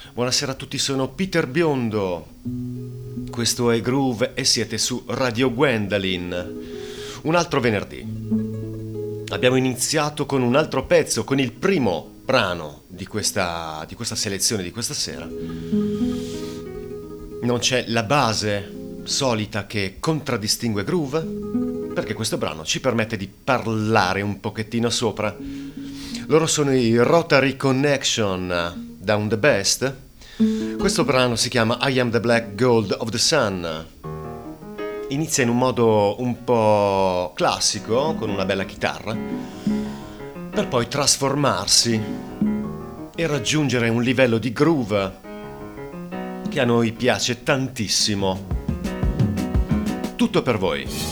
Buonasera a tutti, sono Peter Biondo. Questo è Groove e siete su Radio Gwendolyn. Un altro venerdì. Abbiamo iniziato con un altro pezzo, con il primo brano di questa selezione di questa sera. Non c'è la base solita che contraddistingue Groove, perché questo brano ci permette di parlare un pochettino sopra. Loro sono i Rotary Connection, Down the Best. Questo brano si chiama I Am the Black Gold of the Sun. Inizia in un modo un po' classico, con una bella chitarra, per poi trasformarsi e raggiungere un livello di groove che a noi piace tantissimo. Tutto per voi.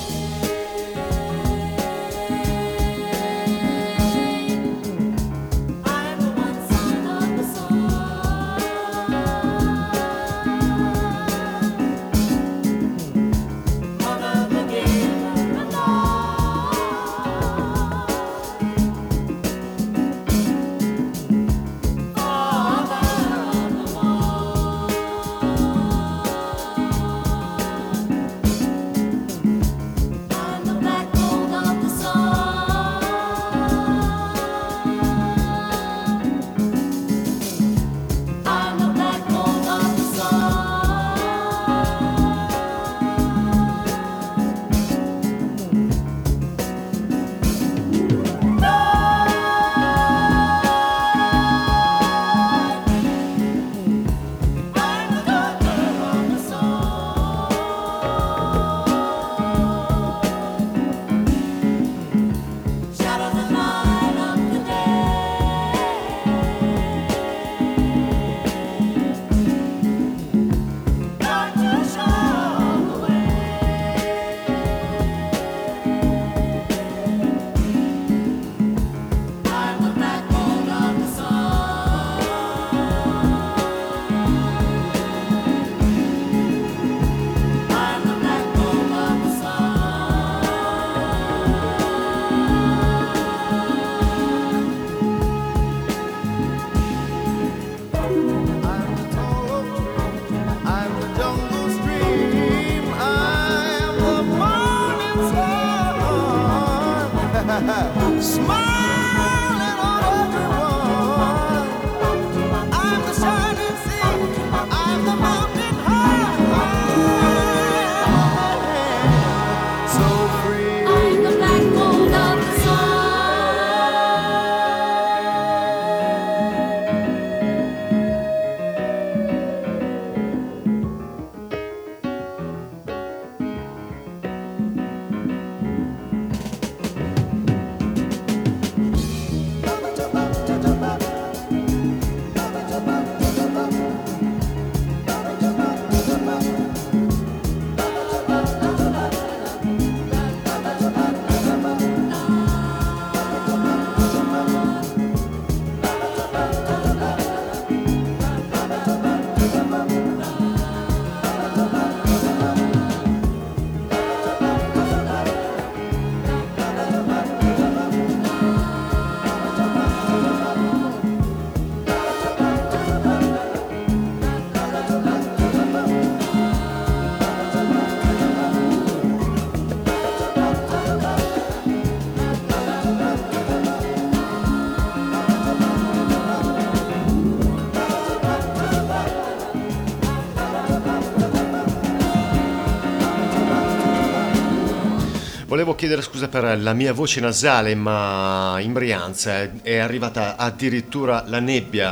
Volevo chiedere scusa per la mia voce nasale, ma in Brianza è arrivata addirittura la nebbia,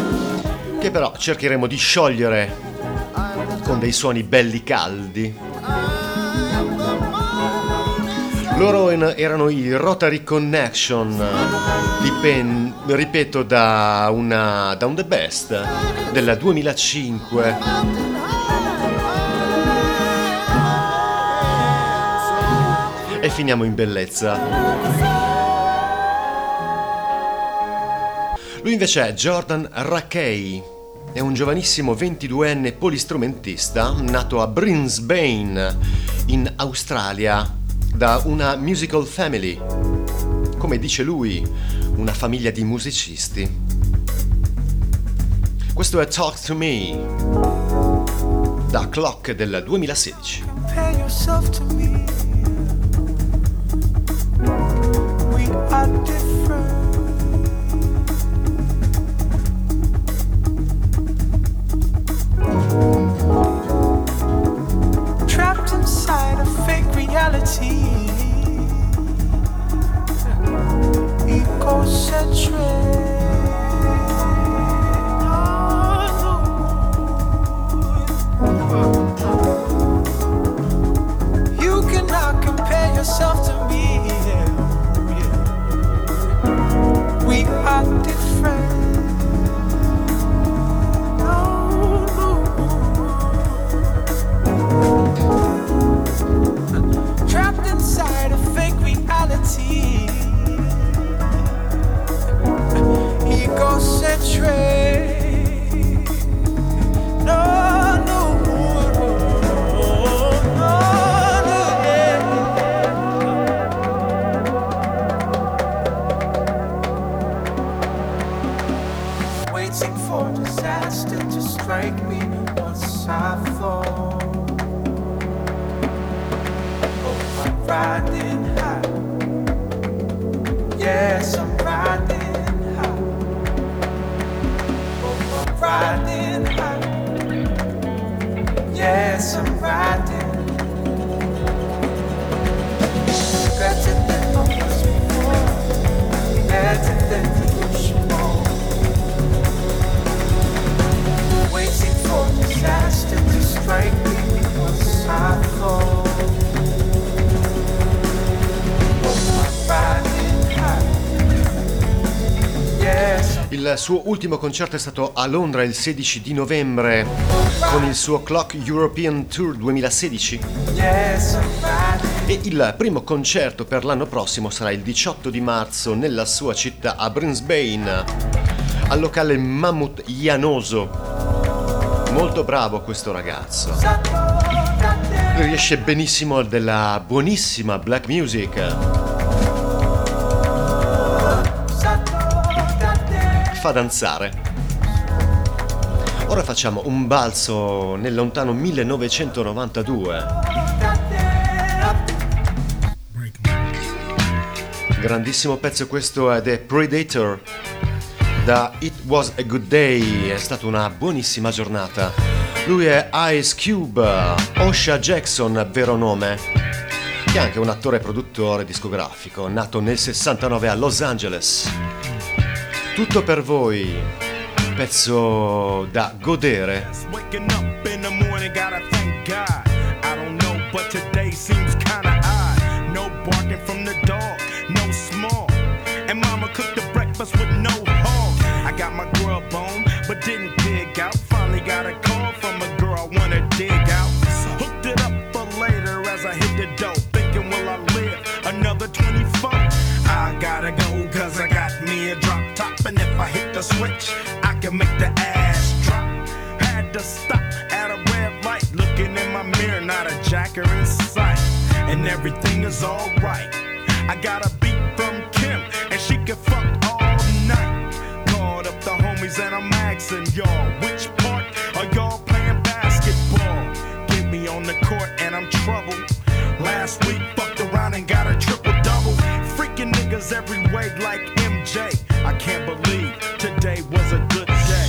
che però cercheremo di sciogliere con dei suoni belli caldi. Loro erano i Rotary Connection, ripeto, da Down the Best del 2005. E finiamo in bellezza. Lui invece è Jordan Rakei, è un giovanissimo 22enne polistrumentista nato a Brisbane, in Australia, da una musical family, come dice lui, una famiglia di musicisti. Questo è Talk to Me, da Clock del 2016. Compare yourself to me. We are different. Trapped inside a fake reality. Egocentric. You cannot compare yourself to me. We are different. Trapped inside a fake reality. Egocentric. Strike me once I fall. Oh, I'm riding high. Yes, I'm riding high. Oh, I'm riding high. Yes, I'm riding. Better than I was before. Better than the ocean wall. Waiting for disaster to strike me once I fall. Oh, I'm riding high. Yes. Il suo ultimo concerto è stato a Londra il 16 di novembre con il suo Clock European Tour 2016. Yes, I'm riding. E il primo concerto per l'anno prossimo sarà il 18 di marzo nella sua città a Brisbane, al locale Mammut Ianoso. Molto bravo questo ragazzo. Lui riesce benissimo della buonissima black music. Fa danzare. Ora facciamo un balzo nel lontano 1992. Grandissimo pezzo questo è The Predator. Da It Was a Good Day, è stata una buonissima giornata. Lui è Ice Cube, Osha Jackson, vero nome, che è anche un attore e produttore discografico, nato nel 69 a Los Angeles. Tutto per voi, pezzo da godere. I got my grub on, but didn't dig out. Finally got a call from a girl I wanna dig out. Hooked it up for later as I hit the dough. Thinking, will I live another 24? I gotta go, cause I got me a drop top. And if I hit the switch, I can make the ass drop. Had to stop at a red light. Looking in my mirror, not a jacker in sight. And everything is alright. I got a beat from Kim, and she can fuck all night. The homies and I'm asking y'all, which part are y'all playing basketball? Get me on the court and I'm troubled. Last week fucked around and got a triple-double. Freaking niggas every way like MJ. I can't believe today was a good day.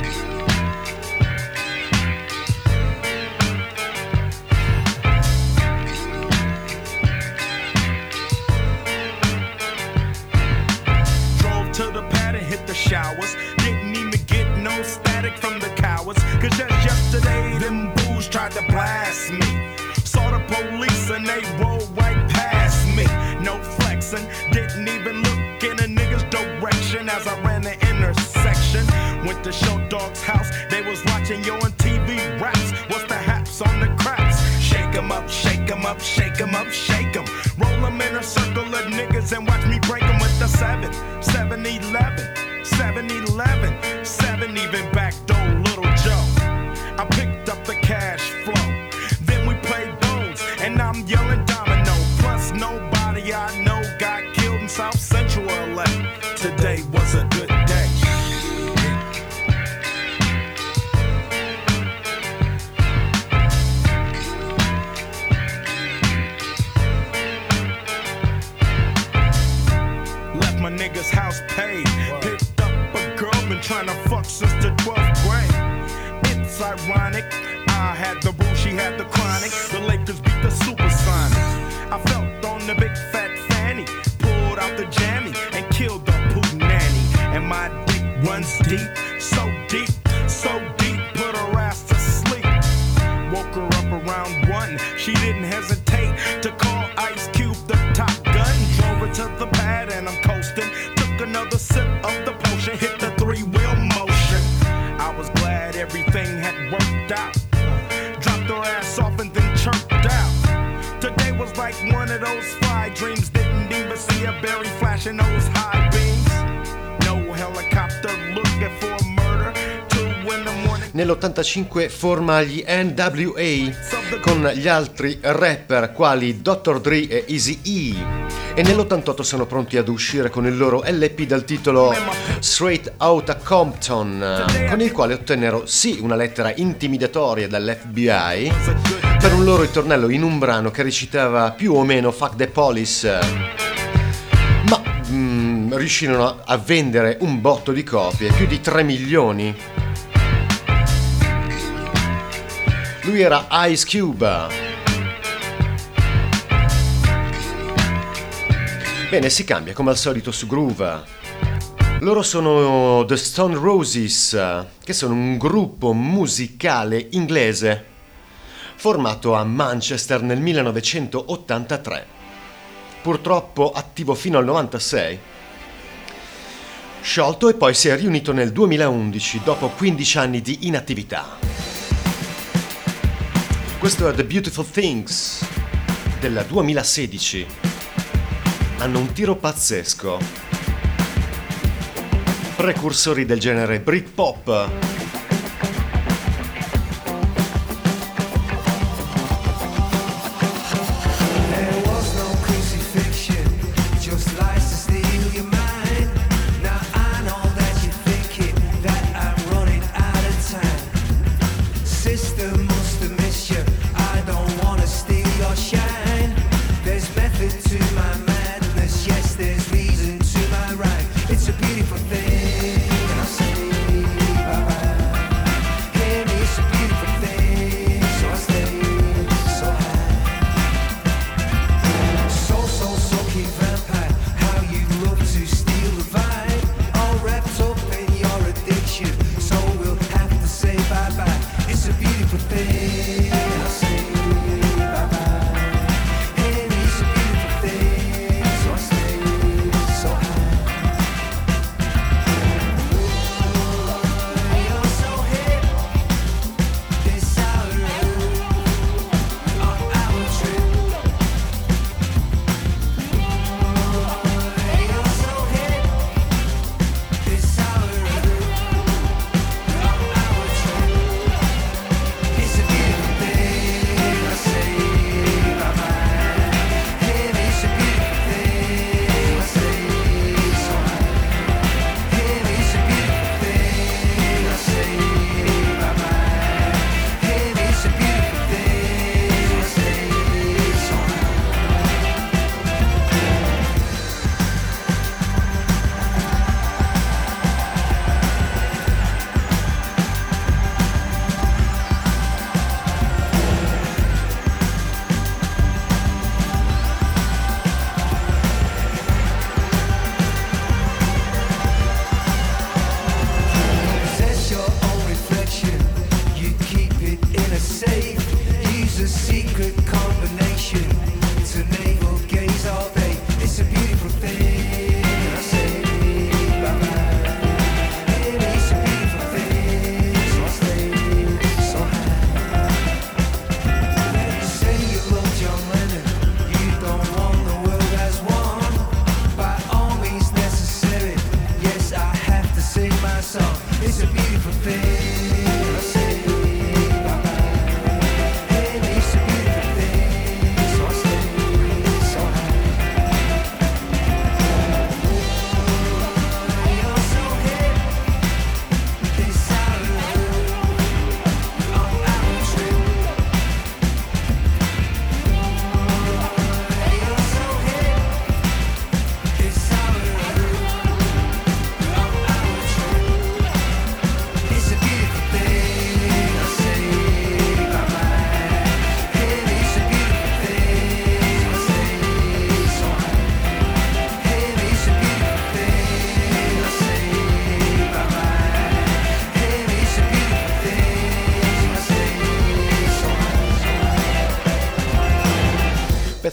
Drove to the pad and hit the showers. Didn't even get no static from the cowards. Cause just yesterday, them booze tried to blast me. Saw the police and they rolled right past me. No flexing, didn't even look in a nigga's direction as I ran the intersection. Went to Show Dog's house, they was watching Yo on TV raps. What's the haps on the craps? Shake 'em up, shake 'em up, shake 'em up, shake 'em. Roll 'em in a circle of niggas and watch me break 'em with the 7-11, 7-11, 7 even backdoor Little Joe. I picked up the cash flow, then we played bones, and I'm yelling domino. Plus nobody I know got killed in South Central LA. Today was a good day. trying to fuck since the 12th grade. It's ironic. I had the boo, she had the chronic. The Lakers beat the Supersonics. I felt on the big fat fanny, pulled out the jammy and killed the poop nanny. And my dick runs deep, so deep, put her ass to sleep. Woke her up around 1. She didn't hesitate to call Ice Cube the Top Gun. Drove her to the pad and I'm coasting. Took another sip of the potion, hit the 3-wheel motion. I was glad everything had worked out. Dropped her ass off and then chirped out. Today was like one of those fly dreams. Didn't even see a berry flashing those high beams. No helicopter looking for a murder. 2 in the morning. Nell'85 forma gli NWA con gli altri rapper quali Dr. Dre e Eazy-E. E nell'88 sono pronti ad uscire con il loro LP dal titolo Straight Outta Compton, con il quale ottennero sì una lettera intimidatoria dall'FBI per un loro ritornello in un brano che recitava più o meno Fuck the Police, ma riuscirono a vendere un botto di copie, più di 3 milioni. Lui era Ice Cube. Bene, si cambia come al solito su Groove. Loro sono The Stone Roses, che sono un gruppo musicale inglese formato a Manchester nel 1983, purtroppo attivo fino al 96, sciolto e poi si è riunito nel 2011 dopo 15 anni di inattività. Questo è The Beautiful Things del 2016. Hanno un tiro pazzesco, precursori del genere Britpop.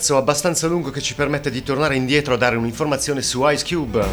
pezzo abbastanza lungo che ci permette di tornare indietro a dare un'informazione su Ice Cube.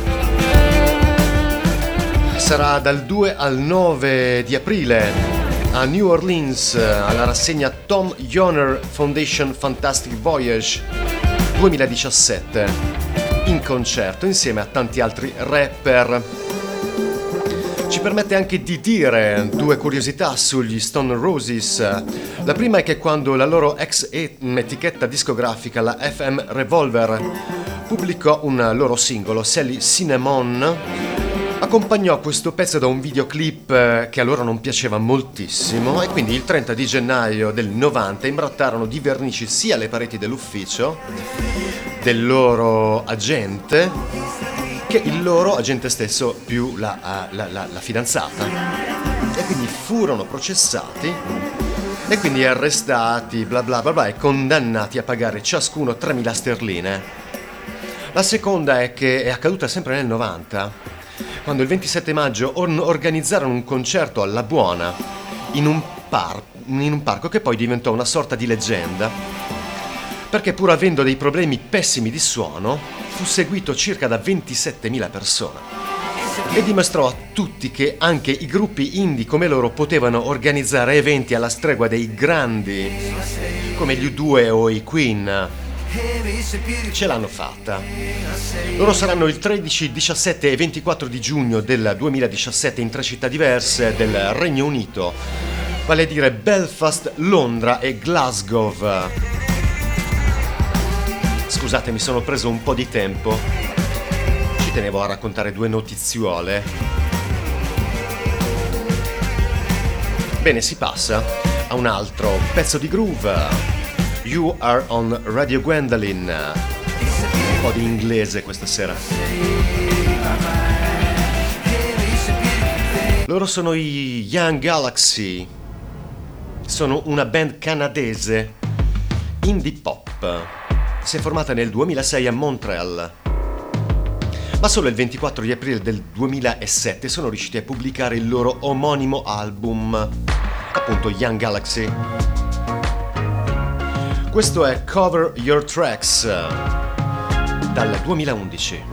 Sarà dal 2 al 9 di aprile a New Orleans alla rassegna Tom Yoner Foundation Fantastic Voyage 2017 in concerto insieme a tanti altri rapper. Ci permette anche di dire due curiosità sugli Stone Roses. La prima è che quando la loro ex etichetta discografica, la FM Revolver, pubblicò un loro singolo, Sally Cinnamon, accompagnò questo pezzo da un videoclip che a loro non piaceva moltissimo, e quindi il 30 di gennaio del 90 imbrattarono di vernici sia le pareti dell'ufficio del loro agente che il loro agente stesso più la fidanzata, e quindi furono processati e quindi arrestati bla bla bla bla e condannati a pagare ciascuno 3.000 sterline. La seconda è che è accaduta sempre nel 90, quando il 27 maggio organizzarono un concerto alla Buona in un parco che poi diventò una sorta di leggenda, perché pur avendo dei problemi pessimi di suono fu seguito circa da 27.000 persone e dimostrò a tutti che anche i gruppi indie come loro potevano organizzare eventi alla stregua dei grandi come gli U2 o i Queen. Ce l'hanno fatta. Loro saranno il 13, 17 e 24 di giugno del 2017 in 3 città diverse del Regno Unito, vale a dire Belfast, Londra e Glasgow. Scusate, mi sono preso un po' di tempo. Ci tenevo a raccontare due notiziole. Bene, si passa a un altro pezzo di groove. You Are on Radio Gwendolyn. Un po' di inglese questa sera. Loro sono i Young Galaxy. Sono una band canadese indie pop. Si è formata nel 2006 a Montreal, ma solo il 24 di aprile del 2007 sono riusciti a pubblicare il loro omonimo album, appunto Young Galaxy. Questo è Cover Your Tracks dal 2011.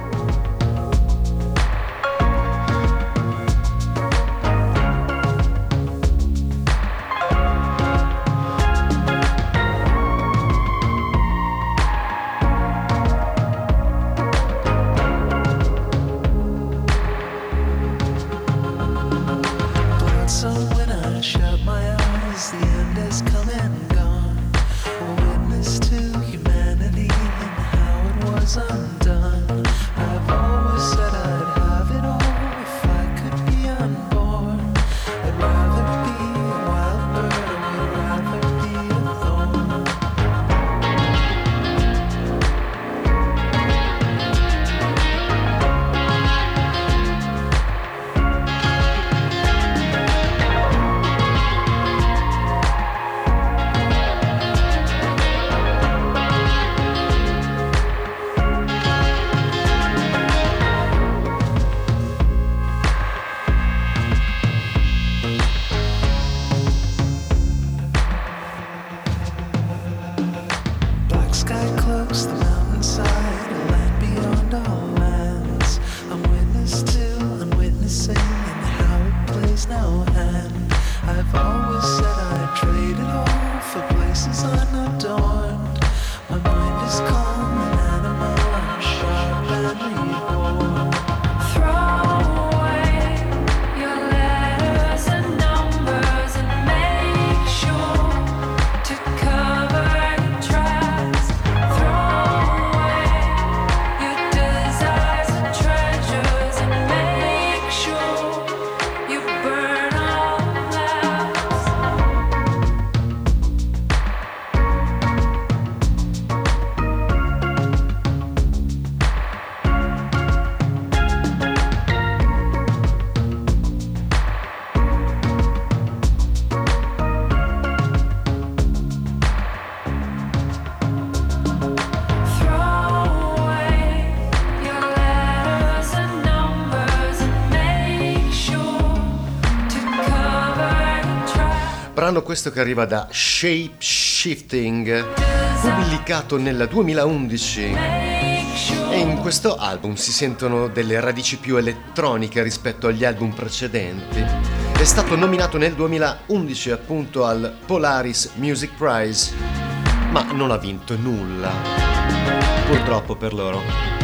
Brano questo che arriva da Shape Shifting pubblicato nel 2011, e in questo album si sentono delle radici più elettroniche rispetto agli album precedenti. È stato nominato nel 2011 appunto al Polaris Music Prize, ma non ha vinto nulla, purtroppo per loro.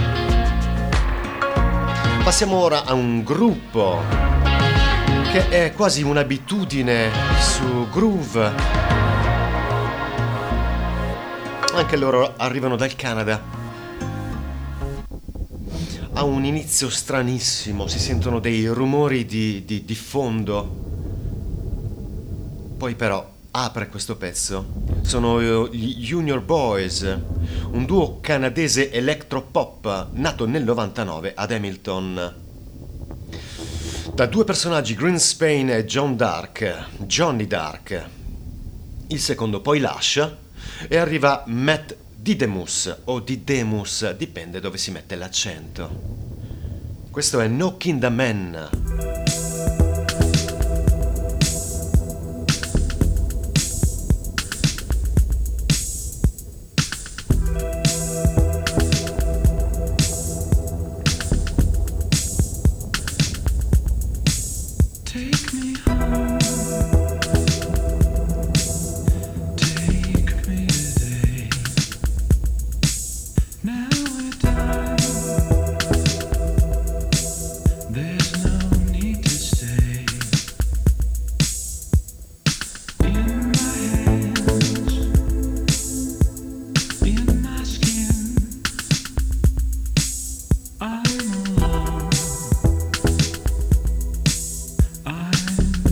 Passiamo ora a un gruppo che è quasi un'abitudine su Groove. Anche loro arrivano dal Canada. Ha un inizio stranissimo, si sentono dei rumori di fondo. Poi però apre questo pezzo. Sono gli Junior Boys, un duo canadese electropop nato nel 99 ad Hamilton. Da due personaggi, Greenspan e Johnny Dark. Il secondo poi lascia e arriva Matt Didemus o Didemus, dipende dove si mette l'accento. Questo è Knockin' the Man. I'm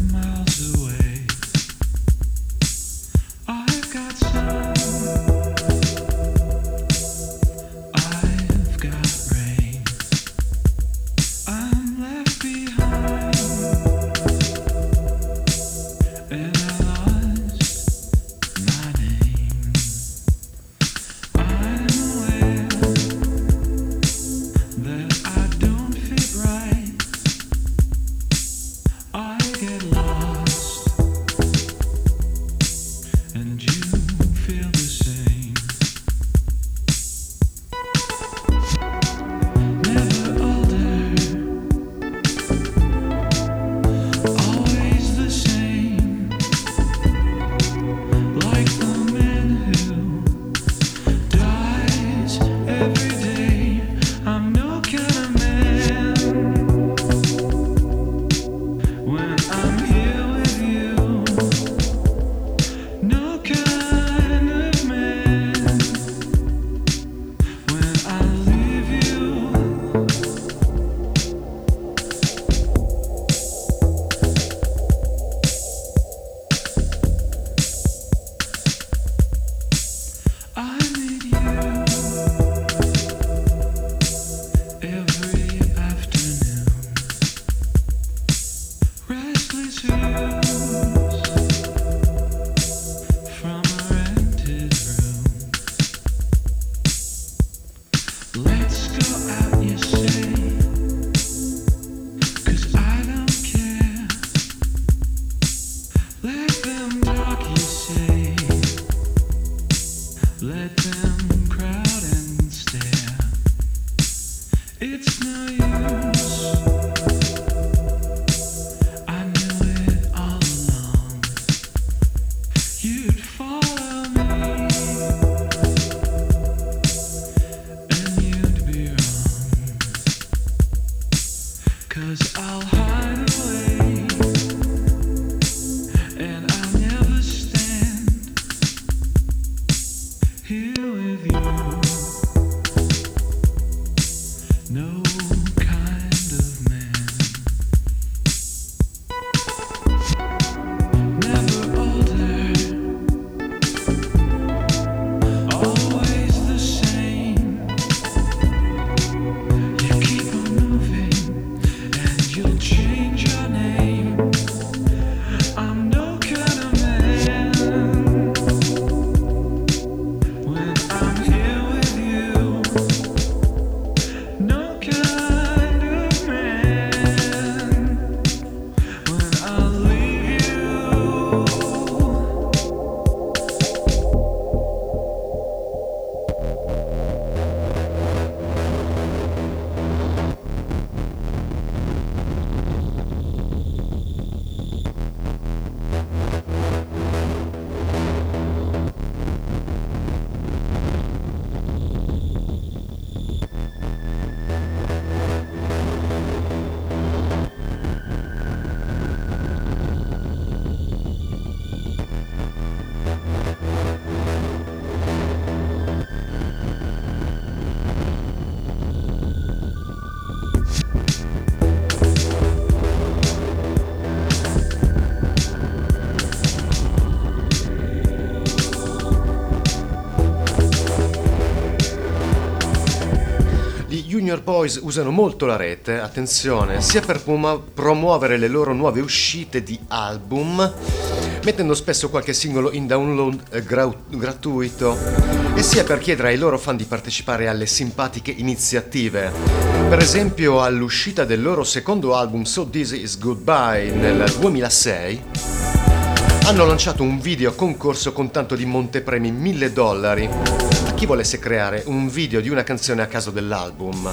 Junior Boys usano molto la rete, attenzione, sia per promuovere le loro nuove uscite di album, mettendo spesso qualche singolo in download gratuito, e sia per chiedere ai loro fan di partecipare alle simpatiche iniziative. Per esempio, all'uscita del loro secondo album So This Is Goodbye nel 2006, hanno lanciato un video concorso con tanto di montepremi $1.000 a chi volesse creare un video di una canzone a caso dell'album.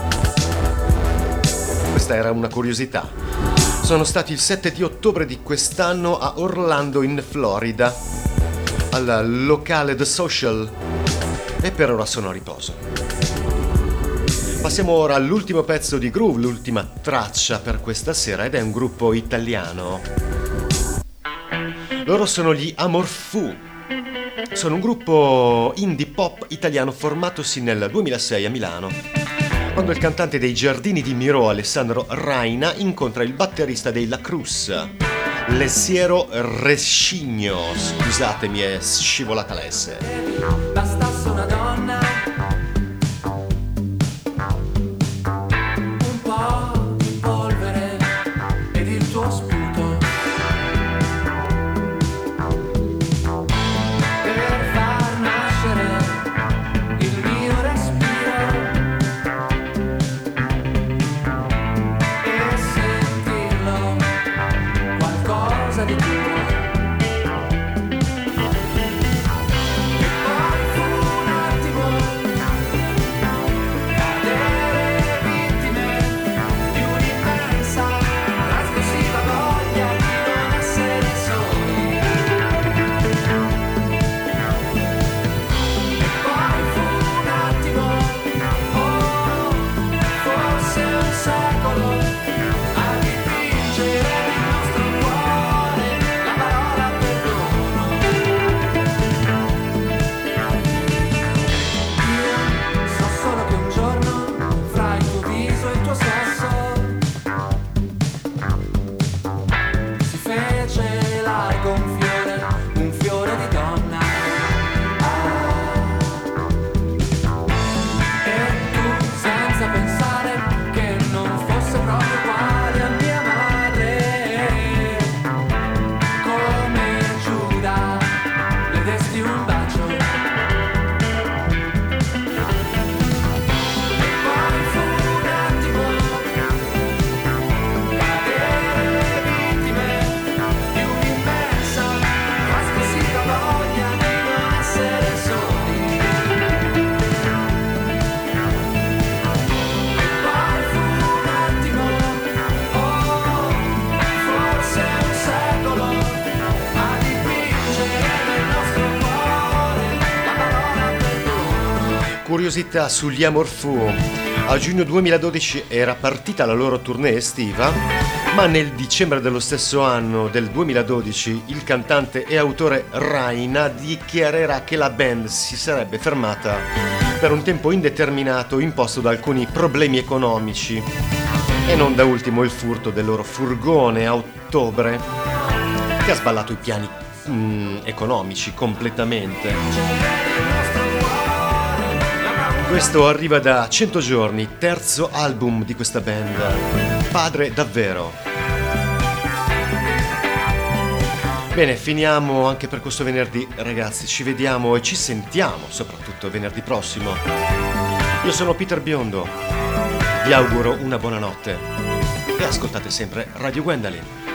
Questa era una curiosità. Sono stati il 7 di ottobre di quest'anno a Orlando in Florida, al locale The Social, e per ora sono a riposo. Passiamo ora all'ultimo pezzo di groove, l'ultima traccia per questa sera, ed è un gruppo italiano. Loro sono gli Amor Fu. Sono un gruppo indie pop italiano formatosi nel 2006 a Milano, quando il cantante dei Giardini di Miro, Alessandro Raina, incontra il batterista dei La Cruz, Lesiero Rescigno. Scusatemi, è scivolata la S. Bastasse una donna, un po' di polvere ed il tuo sputo per far nascere il mio respiro e sentirlo qualcosa di puro. Curiosità sugli Amor Fu. A giugno 2012 era partita la loro tournée estiva, ma nel dicembre dello stesso anno, del 2012, il cantante e autore Raina dichiarerà che la band si sarebbe fermata per un tempo indeterminato imposto da alcuni problemi economici, e non da ultimo il furto del loro furgone a ottobre, che ha sballato i piani economici completamente. Questo arriva da 100 giorni, terzo album di questa band, Padre Davvero. Bene, finiamo anche per questo venerdì, ragazzi. Ci vediamo e ci sentiamo soprattutto venerdì prossimo. Io sono Peter Biondo, vi auguro una buona notte e ascoltate sempre Radio Gwendolyn.